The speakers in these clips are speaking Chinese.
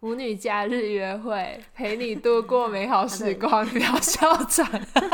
舞女假日约会，陪你度过美好时光，不要笑场。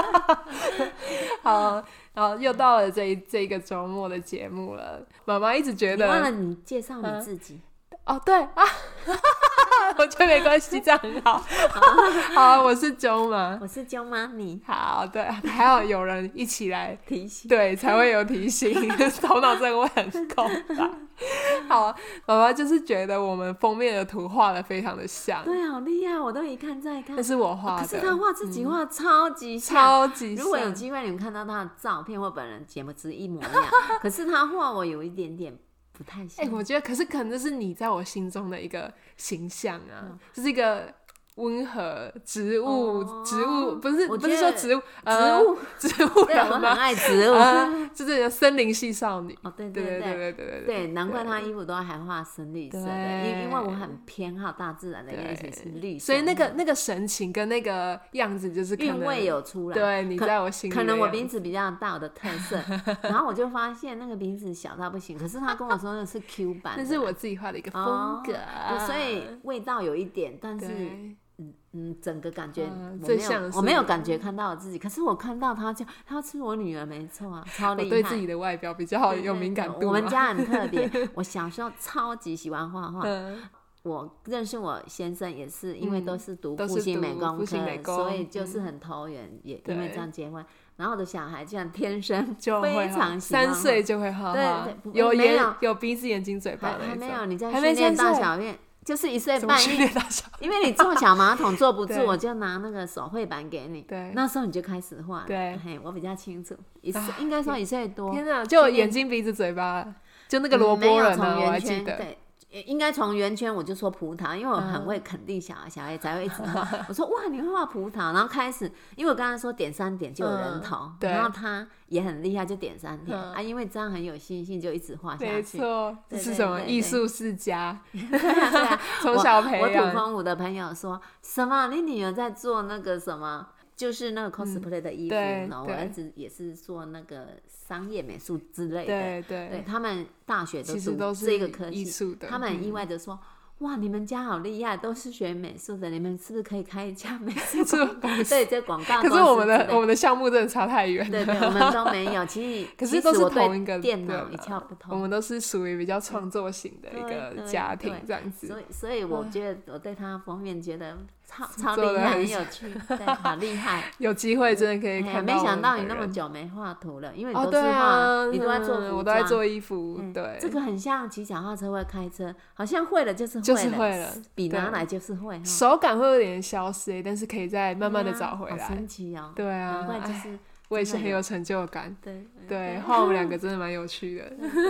好，然后又到了这个周末的节目了。妈妈一直觉得你忘了你介绍你自己。 哦，对啊，我觉得没关系，这样很好。好，我是周妈， 我是舅妈咪。 好，对，还要有人一起来提醒， 对，才会有提醒，头脑真的会很空白。好，妈妈就是觉得我们封面的图画的非常的像， 对，好厉害，我都一看再看。 那是我画的， 可是他画自己画超级像， 超级像。 如果有机会你们看到他的照片或本人节目是一模一样，可是他画我有一点点不太像。 我觉得可能这是你在我心中的一个形象啊，就是一个温和植物不是说植物对，我很爱植物， 就是森林系少女。 哦，对，难怪她衣服都还画深绿色的，因为我很偏好大自然的颜色是绿色， 所以那个神情跟那个样子就是可能韵味有出来。 对，你在我心里可能我鼻子比较大，我的特色，然后我就发现那个鼻子小到不行，可是他跟我说那是 Q 版的， 那是我自己画的一个风格， 所以味道有一点，但是。整个感觉我没有感觉看到我自己，可是我看到他要吃我女儿，没错啊，超厉害。 我对自己的外表比较有敏感度。 我们家很特别，我小时候超级喜欢画画。我认识我先生也是因为都是读复兴美工科，所以就是很投缘，也因为这样结婚。然后我的小孩这样天生就非常喜欢 3岁就会画画，有鼻子、眼睛、嘴巴的那种。 还没有，你在训练大小便。就是1岁半，因为你坐小马桶坐不住，我就拿那个手绘板给你。对，那时候你就开始画了。对，我比较清楚，应该说1岁多。 天哪，就眼睛、鼻子、嘴巴，就那个萝卜人呢，我还记得。 对，应该从圆圈我就说葡萄，因为我很会肯定小孩才会一直画。我说哇，你会画葡萄，然后开始，因为我刚才说点3点就有人头，然后他也很厉害，就点3点啊，因为这样很有信心，就一直画下去。 没错，这是什么艺术世家？ 对啊， 从小培养。 我土风舞的朋友说什么？你女儿在做那个什么？就是那个 cosplay 的衣服，我儿子也是做那个商业美术之类的。对，他们大学都读这个科系，他们很意外的说。哇，你们家好厉害，都是学美术的，你们是不是可以开一家美术公司？对，这广告公司。 可是我们的项目真的差太远了。 对，我们都没有。其实可是都是同一个电脑一窍不通。 我们都是属于比较创作型的一个家庭这样子。 所以我觉得我对他封面觉得超厉害，很有趣，对，好厉害。 有机会真的可以看到。 没想到你那么久没画图了，因为你都是画，你都在做服装， 我都在做衣服。对， 这个很像骑脚踏车会开车，好像会了就是会了，笔拿来就是会。 手感会有点消失，但是可以再慢慢的找回来。 好神奇哦！ 对啊， 难怪就是。 我也是很有成就感。对，画我们2个真的蛮有趣的。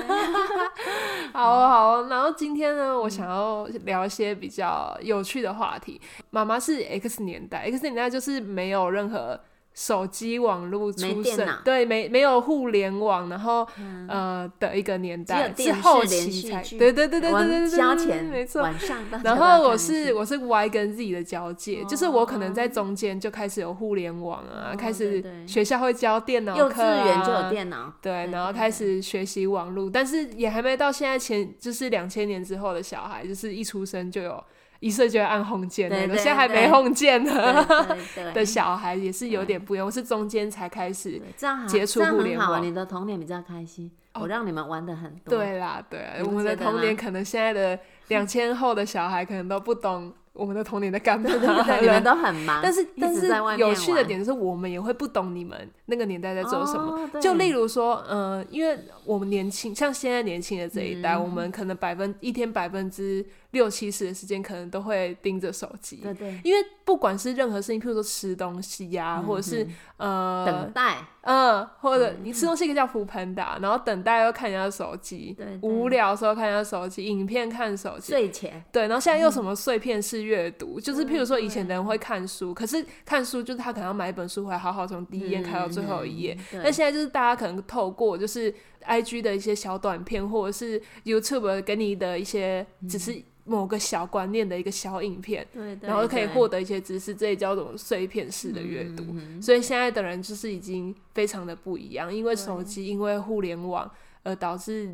好，然后今天呢，我想要聊一些比较有趣的话题。妈妈是 X 年代，X 年代就是没有任何手机网络出生，对，没有互联网，然后的一个年代，是后期才，对， 交钱， 没错。 晚上， 然后我是 Y 跟 Z 的交界，就是我可能在中间就开始有互联网啊，开始学校会教电脑课， 幼稚园就有电脑， 对，然后开始学习网络，但是也还没到现在就是2000年之后的小孩，就是一出生就有。1岁就会按 home 键的，现在还没 home 键的小孩也是有点不一样。我是中间才开始接触互联网， 你的童年比较开心，我让你们玩的很多。 对啦，我们的童年可能现在的2000后的小孩可能都不懂我们的童年在干嘛。 对，你们都很忙， 但是有趣的点就是我们也会不懂你们那个年代在做什么。就例如说，因为我们年轻，像现在年轻的这一代，我们可能一天60-70%的时间可能都会盯着手机。 对， 因为不管是任何事情，譬如说吃东西呀，或者是等待， 或者你吃东西一个叫扶盆打，然后等待又看人家手机，无聊的时候看人家手机，影片看手机， 睡前， 对，然后现在又什么碎片式阅读，就是譬如说以前的人会看书，可是看书就是他可能要买一本书回来好好从第1页看到最后1页，但现在就是大家可能透过就是 IG 的一些小短片，或者是 YouTube 给你的一些只是某个小观念的一个小影片，然后可以获得一些知识，这也叫做碎片式的阅读。所以现在的人就是已经非常的不一样，因为手机因为互联网而导致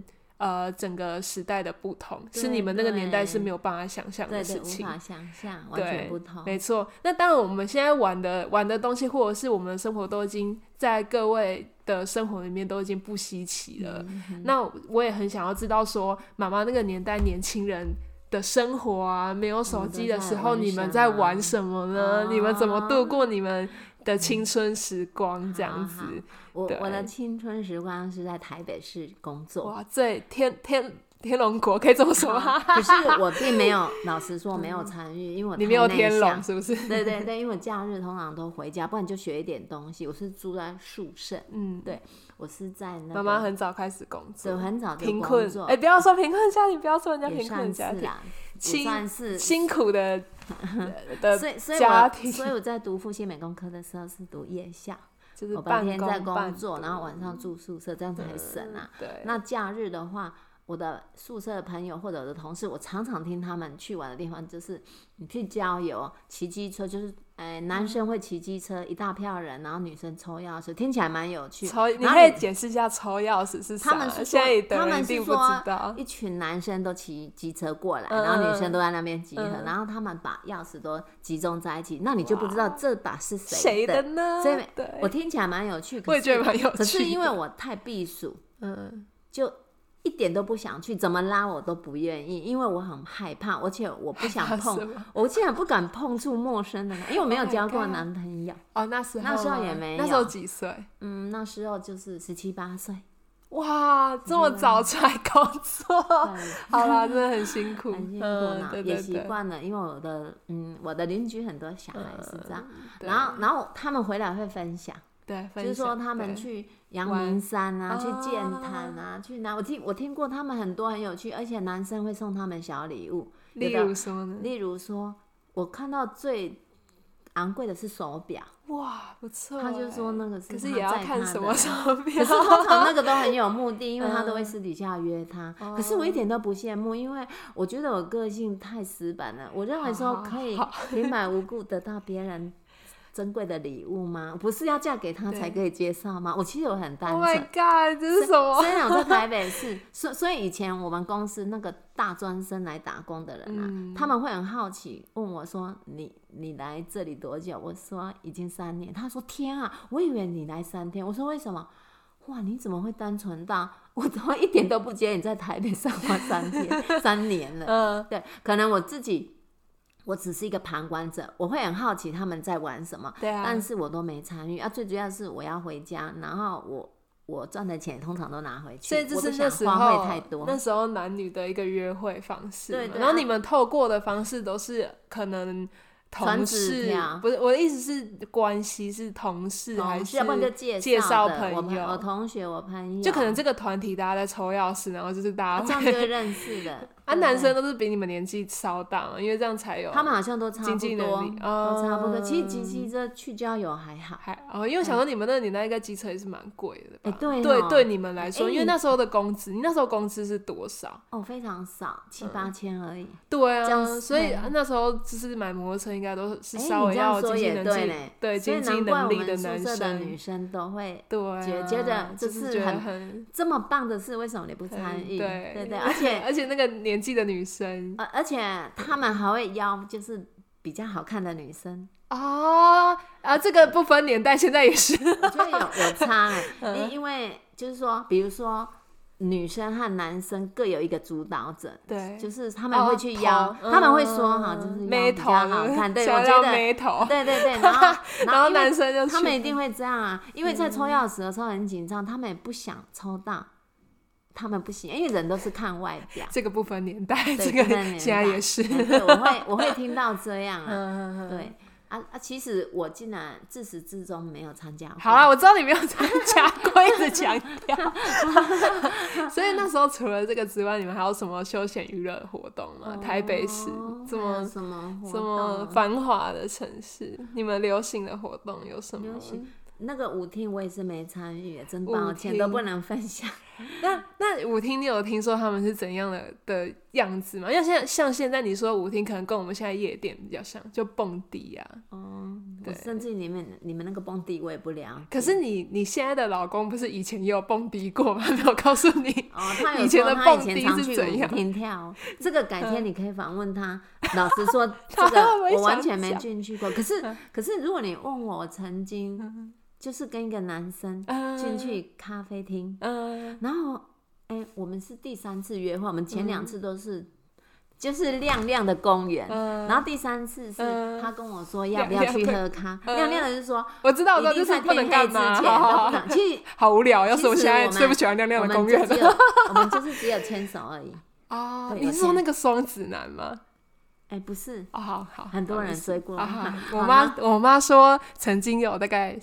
整个时代的不同，是你们那个年代是没有办法想象的事情， 对，无法想象，完全不同。 没错。那当然我们现在玩的东西，或者是我们的生活，都已经在各位的生活里面都已经不稀奇了。那我也很想要知道说，妈妈那个年代年轻人的生活啊，没有手机的时候，你们在玩什么呢？你们怎么度过你们的青春时光？这样子。 我的青春时光是在台北市工作。 哇，天龙国可以这么说吗？ 可是我并没有，老实说没有参与，因为我你没有天龙是不是？ 对对对，因为我假日通常都回家，不然就学一点东西。我是住在宿舍，对，我是在那个。 妈妈很早开始工作， 对，很早就工作。 不要说贫困家庭，不要说人家贫困家庭， 也算是辛苦的家庭。所以我在读复兴美工科的时候是读夜校。 就是我白天在工作，然后晚上住宿舍，这样才省啊。 对。 那假日的话，我的宿舍的朋友或者我的同事，我常常听他们去玩的地方，就是你去郊游、骑机车，就是男生会骑机车，一大票人，然后女生抽钥匙，听起来蛮有趣。 你可以解释一下抽钥匙是啥？ 他们是说一群男生都骑机车过来，然后女生都在那边集合，然后他们把钥匙都集中在一起，那你就不知道这把是谁的呢？ 所以我听起来蛮有趣， 我也觉得蛮有趣。 可是因为我太避暑，就一点都不想去，怎么拉我都不愿意，因为我很害怕，而且我不想碰，我竟然不敢碰触陌生的人，因为我没有交过男朋友。 那时候也没有。那时候几岁？ 那时候就是17、18岁。 哇，这么早出来工作，好啦，真的很辛苦， 很辛苦呢，也习惯了，因为我的邻居很多小孩是这样，然后他们回来会分享。 对， 就是说他们去阳明山啊，去剑潭啊，去哪？我听过他们很多很有趣，而且男生会送他们小礼物。 例如说呢？ 例如说，我看到最昂贵的是手表。 哇，不错。 他就说那个是他在他的，可是也要看什么手表。 可是通常那个都很有目的，因为他都会私底下约他。可是我一点都不羡慕，因为我觉得我个性太死板了。我认为说可以平白无故得到别人珍贵的礼物吗？不是要嫁给他才可以介绍吗？我其实我很单纯。 Oh my god， 这是什么？ 虽然我在台北市，所以以前我们公司那个大专生来打工的人啊，他们会很好奇问我说：“你来这里多久？”我说：“已经3年。”他说：“天啊，我以为你来3天。”我说：“为什么？”哇，你怎么会单纯到我怎么一点都不觉得你在台北上班3年了？对，可能我只是一个旁观者，我会很好奇他们在玩什么，但是我都没参与。最主要是我要回家，然后我赚的钱通常都拿回去， 所以这是那时候花费太多。 那时候男女的一个约会方式， 对， 然后你们透过的方式都是可能同事，不是我的意思是关系是同事还是要不然就介绍朋友， 我同学我朋友， 就可能这个团体大家在抽钥匙，然后就是大家这样就会认识的。 男生都是比你们年纪稍大，因为这样才有他们好像都差不多， 经济能力都差不多。其实骑车去郊游还好， 因为我想说你们那个年代应该机车也是蛮贵的吧？ 对你们来说，因为那时候的工资，你那时候工资是多少？ 非常少，7、8千而已。 对啊，所以那时候就是买摩托车应该都是稍微要经济能力，对经济能力的男生， 的女生都会觉得这是很这么棒的事，为什么你不参与？对， 而且那个年纪的女生， 而且他们还会邀就是比较好看的女生这个不分年代，现在也是， 我觉得有差因为就是说，比如说女生和男生各有一个主导者， 对， 就是他们会去邀，他们会说就是邀比较好看，对，我觉得对，然后男生就他们一定会这样啊，因为在抽钥匙的时候很紧张，他们也不想抽到。他们不行，因为人都是看外表。 这个不分年代，这个现在也是。 对，我会听到这样啊。对其实我竟然自始至终没有参加过。 好啦，我知道你没有参加过，一直强调。所以那时候除了这个之外，你们还有什么休闲娱乐活动吗？台北市这么什么繁华的城市，你们流行的活动有什么？ 那个舞厅我也是没参与，真抱歉，都不能分享。 那舞厅你有听说他们是怎样的样子吗？因为像现在你说舞厅可能跟我们现在夜店比较像，就蹦迪啊。 我甚至你们那个蹦迪我也不了解。 可是你现在的老公不是以前也有蹦迪过吗？没有告诉你他有以前的蹦迪是怎样？ 他以前常去舞厅跳，这个改天你可以访问他。老实说，这个我完全没进去过。可是如果你问我曾经就是跟一个男生进去咖啡厅，然后我们是第3次约会，我们前2次都是就是亮亮的公园，然后第3次是他跟我说要不要去喝咖，亮亮的就是说我知道就是不能干嘛， 其实好无聊。要是我现在最不喜欢亮亮的公园， 我们就是只有牵手而已。 你是说那个双子男吗？ 不是， 好， 很多人追过。 我妈说曾经有大概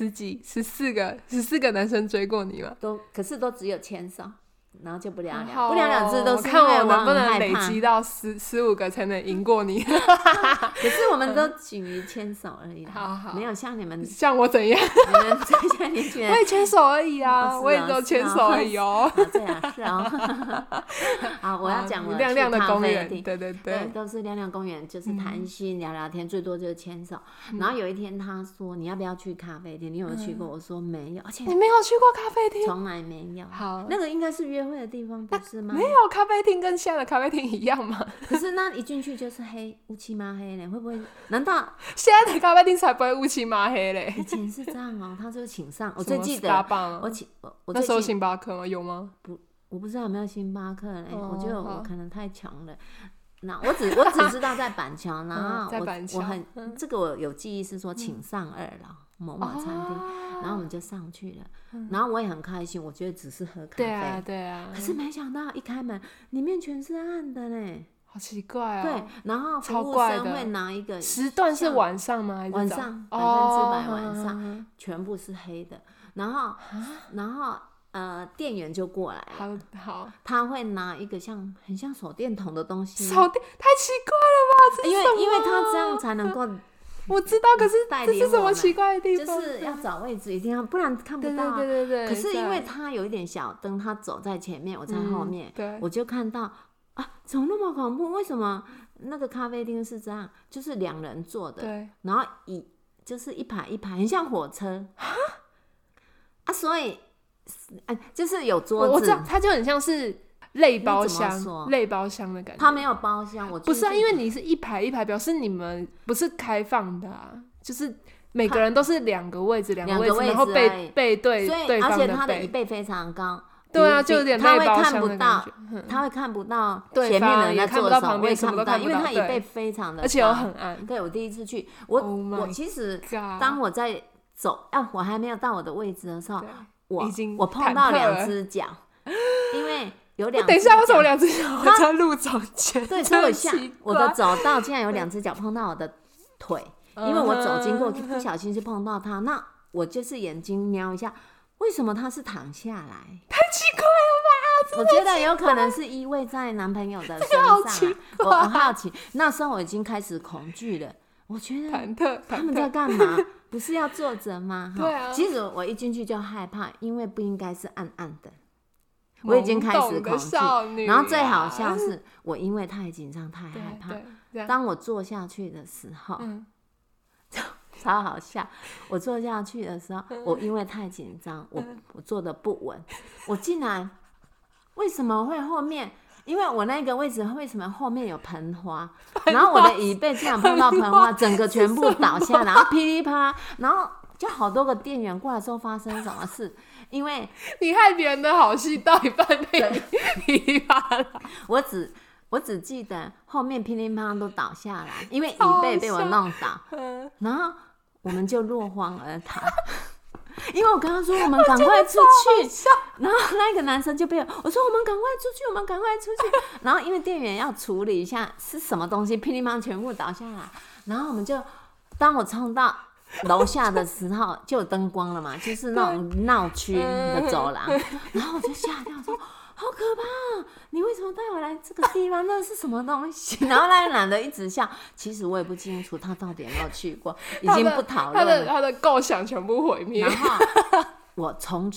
14个男生追过你嘛， 可是都只有牵手，然后就不了了，不了了之都是因为我能不能累积到15个才能赢过你。 可是我们都仅于牵手而已，没有像你们像我怎样， 你们这些年轻人我也牵手而已啊，我也都牵手而已哦。 这样是好，我要讲我亮亮的公园， 对，都是亮亮公园，就是谈心聊聊天，最多就是牵手。然后有一天他说你要不要去咖啡厅？你有没有去过？我说没有，而且你没有去过咖啡厅， 从来没有。 好， 那个应该是约会的地方不是吗？ 没有，咖啡厅跟现在的咖啡厅一样吗？ 可是那一进去就是黑，乌漆嘛黑嘞，会不会？难道现在的咖啡厅才不会乌漆嘛黑嘞？ 以前是这样他就请上。我最记得我那时候星巴克吗？有吗？ 我不知道有没有星巴克嘞。我觉得我可能太穷了。那我只知道在板桥，然后这个我有记忆是说请上2楼某某餐厅，然后我们就上去了，然后我也很开心，我觉得只是喝咖啡， 对啊， 可是没想到一开门里面全是暗的嘞， 好奇怪对，然后服务生会拿一个时段是晚上吗？还是晚上100%晚上，全部是黑的，然后店员就过来了， 好， 他会拿一个很像手电筒的东西， 手电太奇怪了吧？ 因为他这样才能够。 我知道，可是这是什么奇怪的地方？ 就是要找位置，一定要，不然看不到。 对。 可是因为他有一点小灯，他走在前面，我在后面，我就看到怎么那么恐怖？为什么那个咖啡厅是这样？就是2人坐的，对，然后就是一排一排，很像火车所以就是有桌子， 我知道，它就很像是。类包厢的感觉， 它没有包厢， 不是因为你是一排一排，表示你们不是开放的就是每个人都是2个位置，然后背对对方的背， 而且他的椅背非常高， 对啊，就有点类包厢的感觉， 他会看不到前面的人在做什么，我也看不到，因为他椅背非常的高， 而且又很暗。 对，我第一次去，我其实当我在走我还没有到我的位置的时候，我碰到2只脚，因为。有2只脚， 等一下，为什么2只脚会在路中间？ 对，所以我的走道竟然有2只脚碰到我的腿，因为我走经过不小心就碰到他，那我就是眼睛瞄一下，为什么他是躺下来？ 太奇怪了吧！ 我觉得有可能是依偎在男朋友的身上，我很好奇。那时候我已经开始恐惧了，我觉得忐忑他们在干嘛？不是要坐着吗？ 对啊。 其实我一进去就害怕，因为不应该是暗暗的。我已经开始恐惧，然后最好笑是我因为太紧张太害怕，当我坐下去的时候，超好笑。我坐下去的时候，我因为太紧张，我坐得不稳，我竟然为什么会后面？因为我那个位置为什么后面有盆花，然后我的椅背竟然碰到盆花，整个全部倒下，然后噼里啪啦，然后就好多个店员过来说发生什么事。因为你害别人的好戏到一半被噼里啪啦， 我只记得后面噼里啪啦都倒下来，因为椅背被我弄倒，然后我们就落荒而逃。因为我跟他说我们赶快出去，然后那个男生就被我说我们赶快出去，我们赶快出去。然后因为店员要处理一下是什么东西，噼里啪啦全部倒下来，然后我们就当我冲到楼下的时候就有灯光了嘛，就是那种闹区的走廊，然后我就吓掉说好可怕，你为什么带我来这个地方？那是什么东西？然后那个男的一直笑，其实我也不清楚他到底有没有去过，已经不讨论了， 他的构想全部毁灭。 然后我从此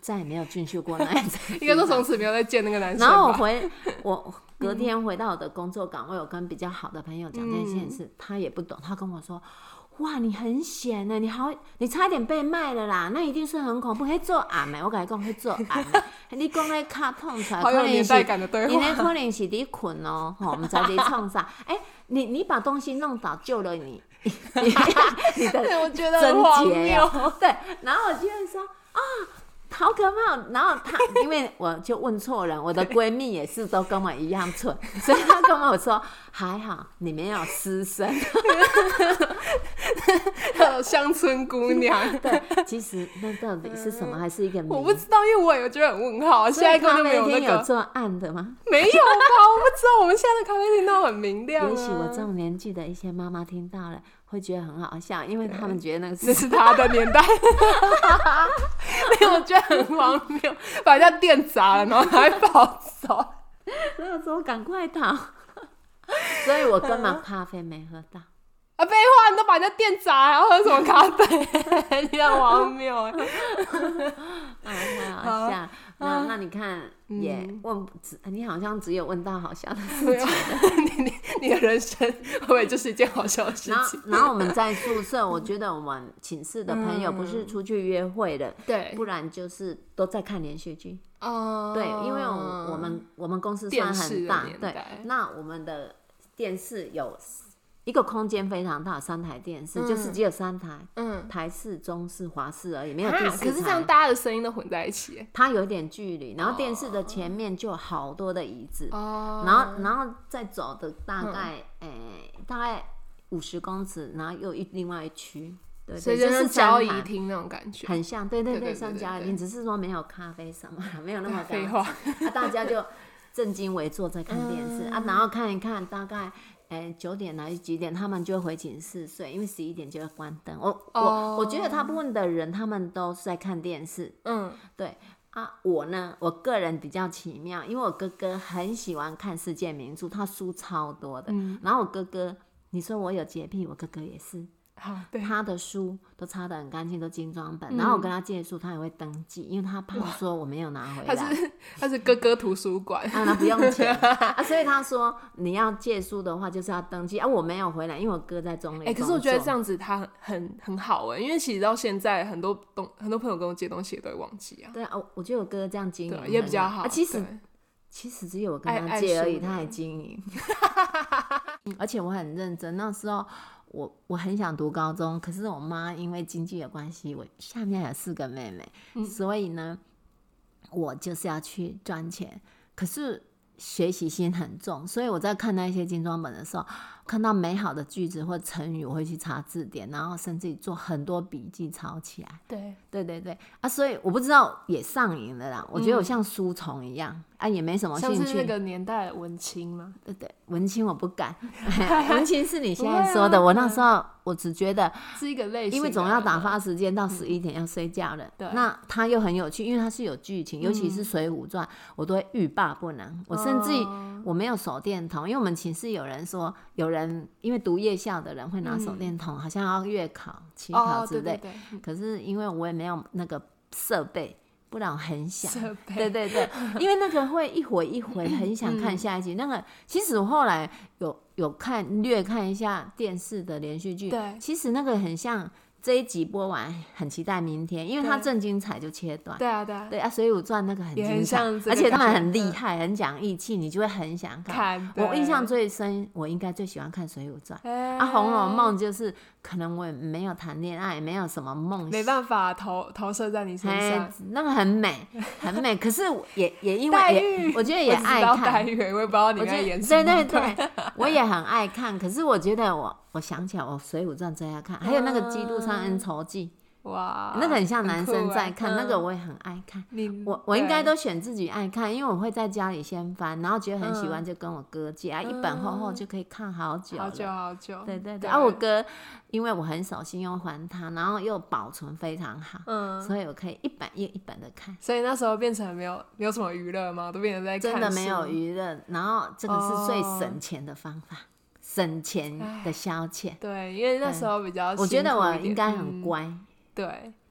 再也没有进去过那一层应该说从此没有再见那个男生吧。 然后我隔天回到我的工作岗位，我跟比较好的朋友讲这件事，他也不懂，他跟我说，哇，你很险呢，你差一点被卖了啦，那一定是很恐怖，会做暗的，我跟你讲会做暗的，你讲那卡痛出来， 好有年代感的对话， 你那可能是你困哦，我们在你创啥？你把东西弄倒救了你的我觉得很荒谬。 对，然后我就会说啊。好可怕！然后因为我就问错人，我的闺蜜也是都跟我一样蠢，所以她跟我说还好你没有失身。 乡村姑娘。 对，其实那到底是什么？还是一个谜？ 我不知道，因为我也觉得很问号。现在根本没有那个有做暗的吗？ 没有吧？我不知道。我们现在的咖啡厅都很明亮。 也许我这种年纪的一些妈妈听到了，会觉得很好笑，因为他们觉得那是他的年代。没有，我觉得很荒谬，把人家店砸了，然后还跑走。 所以我说赶快逃。所以我根本咖啡没喝到。 废话，你都把人家店砸，还要喝什么咖啡？你很荒谬哎。 太好笑。那你看，也问，你好像只有问到好笑的事情。 你的人生会不会就是一件好笑的事情？ 然后我们在宿舍，我觉得我们寝室的朋友不是出去约会的， 对， 不然就是都在看连续剧。对，因为我们公司算很大，对，那我们的电视有一个空间非常大，3台电视，就是只有3台，台视、中视、华视而已，没有第4台。 可是这样大家的声音都混在一起， 它有点距离，然后电视的前面就有好多的椅子，然后再走的大概50公尺，然后又另外一区，对， 所以就是交谊厅那种感觉， 很像，对，像交谊厅，只是说没有咖啡什么，没有那么废话，大家就正襟危坐在看电视然后看一看，大概9点还是几点，他们就会回寝室睡，因为11点就会关灯。我觉得大部分的人他们都是在看电视，对我呢，我个人比较奇妙，因为我哥哥很喜欢看世界名著，他书超多的，然后我哥哥，你说我有洁癖，我哥哥也是。他的书都擦得很干净，都精装本，然后我跟他借书，他也会登记，因为他怕说我没有拿回来。 他是哥哥图书馆那不用钱所以他说你要借书的话就是要登记我没有回来，因为我哥在中立可是我觉得这样子他很好因为其实到现在很多朋友跟我借东西也都会忘记对我觉得我哥这样经营也比较好其实只有我跟他借而已，他还经营而且我很认真，那时候我很想读高中，可是我妈因为经济的关系，我下面还有4个妹妹，所以呢我就是要去赚钱，可是学习心很重，所以我在看那一些精装本的时候，看到美好的句子或成语，我会去查字典，然后甚至做很多笔记抄起来。对所以我不知道也上瘾了啦，我觉得我像书虫一样也没什么兴趣。 像是那个年代的文青吗？ 对，文青我不敢文青是你现在说的我那时候我只觉得是一个类型， 因为总要打发时间，到11点要睡觉了那它又很有趣，因为它是有剧情，尤其是水浒传我都会欲罢不能我甚至我没有手电筒，因为我们寝室有人说有人因为读夜校的人会拿手电筒好像要月考期考之类可是因为我也没有那个设备，不然我很想对因为那个会一回一回很想看下一集那个其实我后来有略看一下电视的连续剧，其实那个很像这一集播完很期待明天，因为它正精彩就切断。对水浒传那个很精彩，而且他们很厉害很讲义气，你就会很想看。我印象最深，我应该最喜欢看水浒传红楼梦就是可能我也没有谈恋爱，也没有什么梦想， 没办法投射在你身上那个很美很美可是也因为我觉得也爱看黛玉，我也不知道你在演什么。 对我也很爱看，可是我觉得我想起来我水浒传最爱看还有那个基督山恩仇记哇，那个很像男生在看那个我也很爱看我应该都选自己爱看，因为我会在家里先翻，然后觉得很喜欢就跟我哥借一本厚厚就可以看好久好久对我哥因为我很守信用还他，然后又保存非常好所以我可以一本一本的看， 所以那时候变成没有什么娱乐吗？都变成在看书， 真的没有娱乐，然后这个是最省钱的方法省钱的消遣对，因为那时候比较辛苦一点我觉得我应该很乖对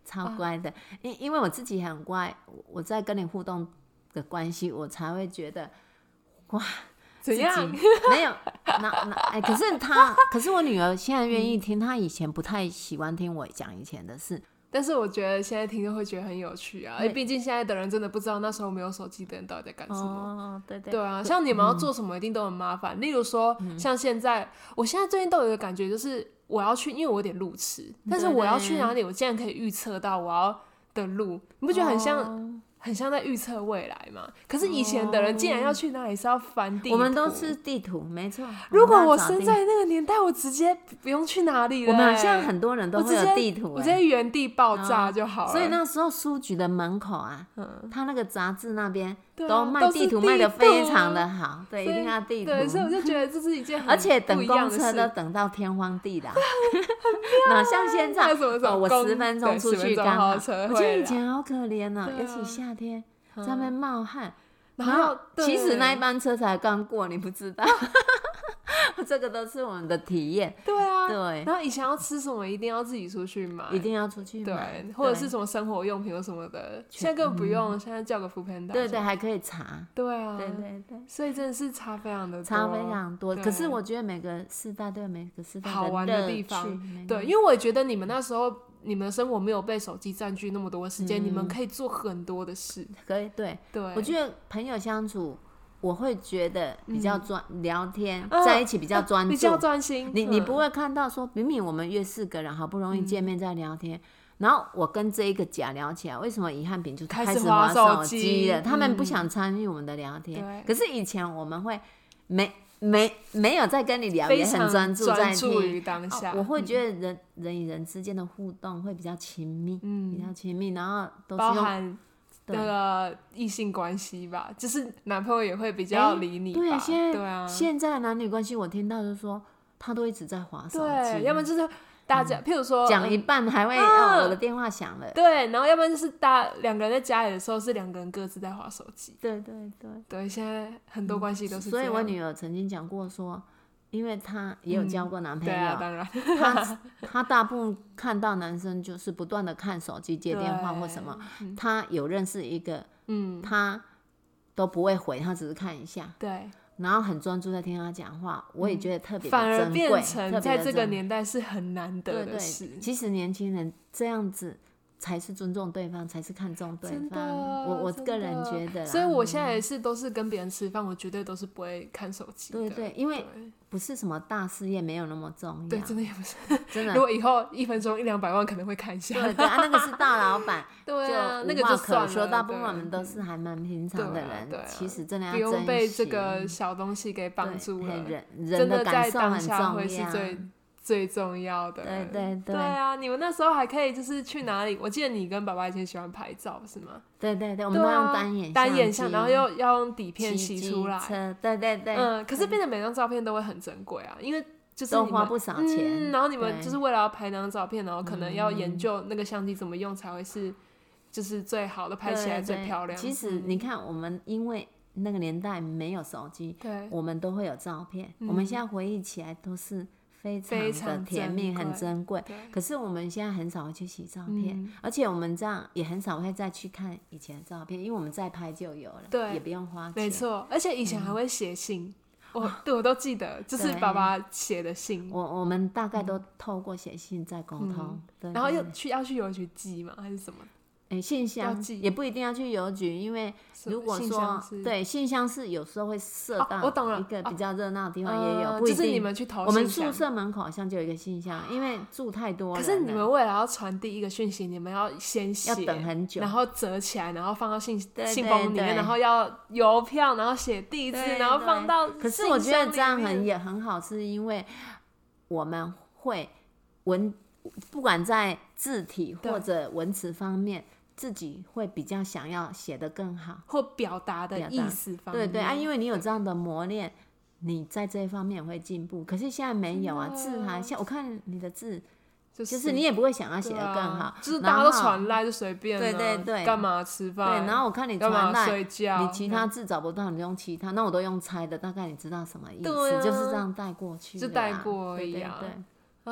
超乖的，因为我自己很乖，我在跟你互动的关系，我才会觉得哇， 怎样？ 没有可是我女儿现在愿意听，她以前不太喜欢听我讲以前的事。 但是我觉得现在听就会觉得很有趣啊，因为毕竟现在的人真的不知道那时候没有手机的人到底在干什么。对啊，像你们要做什么一定都很麻烦。例如说，像现在，我现在最近都有一个感觉，就是我要去，因为我有点路痴，但是我要去哪里，我竟然可以预测到我要的路，你不觉得很像在预测未来嘛？可是以前的人竟然要去哪里是要翻地图， 我们都是地图，没错。 如果我生在那个年代，我直接不用去哪里了。 我们现在很多人都会有地图， 我直接原地爆炸就好了。 所以那时候书局的门口啊，他那个杂志那边都卖地图，卖的非常的好。对，一定要地图。 对，所以我就觉得这是一件而且等公车都等到天荒地老。哪像现在，我10分钟出去刚好。我觉得以前好可怜啊，尤其夏天在那边冒汗，然后其实那一班车才刚过，你不知道。这个都是我们的体验。 对啊， 对。 然后以前要吃什么一定要自己出去买， 一定要出去买， 对，或者是什么生活用品或什么的，现在根本不用，现在叫个 Foodpanda。 对，还可以查。 对啊， 对， 所以真的是差非常的多， 差非常多。可是我觉得每个世代都有每个世代好玩的地方。对，因为我也觉得你们那时候。你们的生活没有被手机占据那么多时间，你们可以做很多的事。 可以，对，我觉得朋友相处，我会觉得比较聊天在一起比较专注， 比较专心。 你不会看到说，明明我们约4个人，好不容易见面在聊天，然后我跟这一个甲聊起来，为什么遗憾饼就开始滑手机了？他们不想参与我们的聊天。可是以前我们会没有在跟你聊，也很专注在听于当下。 我会觉得人与人之间的互动会比较亲密，比较亲密，然后都是包含那个异性关系吧，就是男朋友也会比较理你吧。 对，现在的男女关系，我听到就说他都一直在滑手机， 对，要么就是大家，譬如说讲一半还会我的电话响了， 对，然后要不然就是两个人在家里的时候是2个人各自在滑手机，对，现在很多关系都是这样。 所以我女儿曾经讲过说，因为她也有交过男朋友，对啊，当然， 她大部分看到男生就是不断的看手机接电话或什么，她有认识一个，她都不会回，她只是看一下， 对。 然后很专注在听他讲话，我也觉得特别的珍贵， 反而变成在这个年代是很难得的事。 对，其实年轻人这样子才是尊重对方，才是看重对方。我个人觉得， 所以我现在也是都是跟别人吃饭，我绝对都是不会看手机的。 对，因为不是什么大事业，没有那么重要。 对，真的也不是。 真的， 如果以后1分钟100-200万可能会看一下。 对啊，那个是大老板。 对啊，那个就算了。 大部分我们都是还蛮平常的人，其实真的要不用被这个小东西给绑住了。真的在当下会是最重要的。 对啊，你们那时候还可以就是去哪里？我记得你跟爸爸以前喜欢拍照是吗？ 对，我们都用单眼相， 然后又要用底片洗出来。 对， 可是变成每张照片都会很珍贵啊，因为就是都花不少钱。 然后你们就是为了要拍那张照片，然后可能要研究那个相机怎么用才会是就是最好的，拍起来最漂亮。 其实你看，我们因为那个年代没有手机，我们都会有照片。我们现在回忆起来都是非常的甜蜜，很珍贵。可是我们现在很少会去洗照片，而且我们这样也很少会再去看以前的照片，因为我们再拍就有了，也不用花钱。 没错，而且以前还会写信。我都记得，就是爸爸写的信。 我们大概都透过写信在沟通， 然后要去邮局寄吗？还是什么？ 信箱也不一定要去邮局，因为如果说对信箱是有时候会设到一个比较热闹的地方，也有，不一定。 就是你们去投信箱， 我们宿舍门口好像就有一个信箱，因为住太多了。 可是你们为了要传递一个讯息，你们要先写， 要等很久， 然后折起来，然后放到信封里面，然后要邮票，然后写地址，然后放到信箱里面。 可是我觉得这样也很好，是因为我们会不管在字体或者文词方面，自己会比较想要写得更好， 或表达的意思方面。 对啊，因为你有这样的磨练，你在这一方面会进步。可是现在没有啊，字还像我看你的字，就是你也不会想要写得更好， 就是大家都传赖就随便了， 对， 干嘛吃饭？ 对，然后我看你传赖， 睡觉， 你其他字找不到，你用其他，那我都用猜的，大概你知道什么意思，就是这样带过去， 就带过而已啊。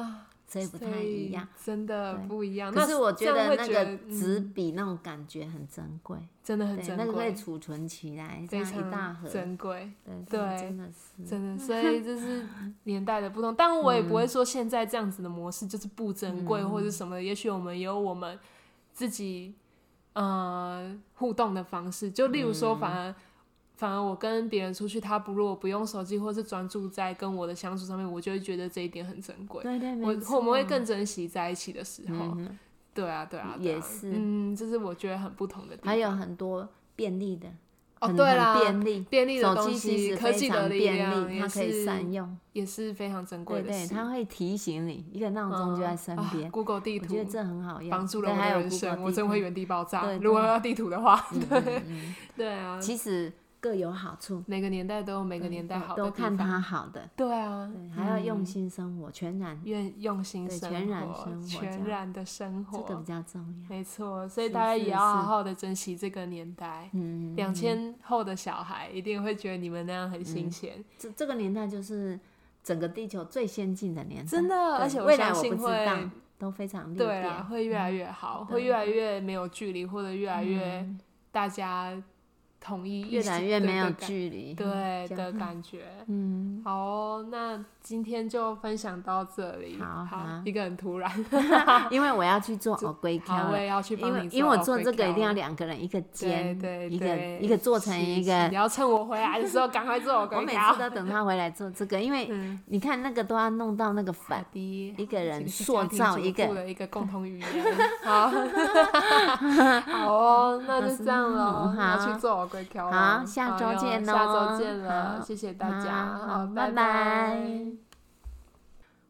所以不太一样， 真的不一样。 可是我觉得那个纸笔那种感觉很珍贵， 真的很珍贵， 那个可以储存起来，这样一大盒， 珍贵。 对，真的是真的，所以这是年代的不同。但我也不会说现在这样子的模式就是不珍贵或者什么的，也许我们有我们自己互动的方式，就例如说反而我跟别人出去，他如果不用手机或是专注在跟我的相处上面，我就会觉得这一点很珍贵。 对， 我们会更珍惜在一起的时候。对啊， 也是。 这是我觉得很不同的地方。 还有很多便利的。 对啦， 便利的东西，科技的力量它可以善用， 也是非常珍贵的事。 对，它会提醒你，一个闹钟就在身边。 Google 地图， 我觉得这很好用， 帮助了我的人生，我真会原地爆炸。 对， 如果要地图的话，对啊。 其实各有好处， 每个年代都有每个年代好的地方， 都看它好的。 对啊， 还要用心生活，全然用心生活，全然的生活， 这个比较重要。 没错，所以大家也要好好的珍惜这个年代。2000后的小孩一定会觉得你们那样很新鲜。 这个年代就是整个地球最先进的年代， 真的，而且我相信会都非常对啊，会越来越好，会越来越没有距离，或者越来越大家统一， 越来越没有距离， 对的感觉。好哦，那今天就分享到这里。好，一个很突然， 因为我要去做藕龟壳， 我也要去帮你做， 因为我做这个一定要2个人，一个煎，一个做成一个。 你要趁我回来的时候赶快做藕龟壳。 我每次都等他回来做这个，因为你看那个都要弄到那个粉，一个人塑造一个共同语言。好，好哦，那就这样咯。要去做藕龟壳。 好，下周见咯。 下周见了，谢谢大家。好，拜拜。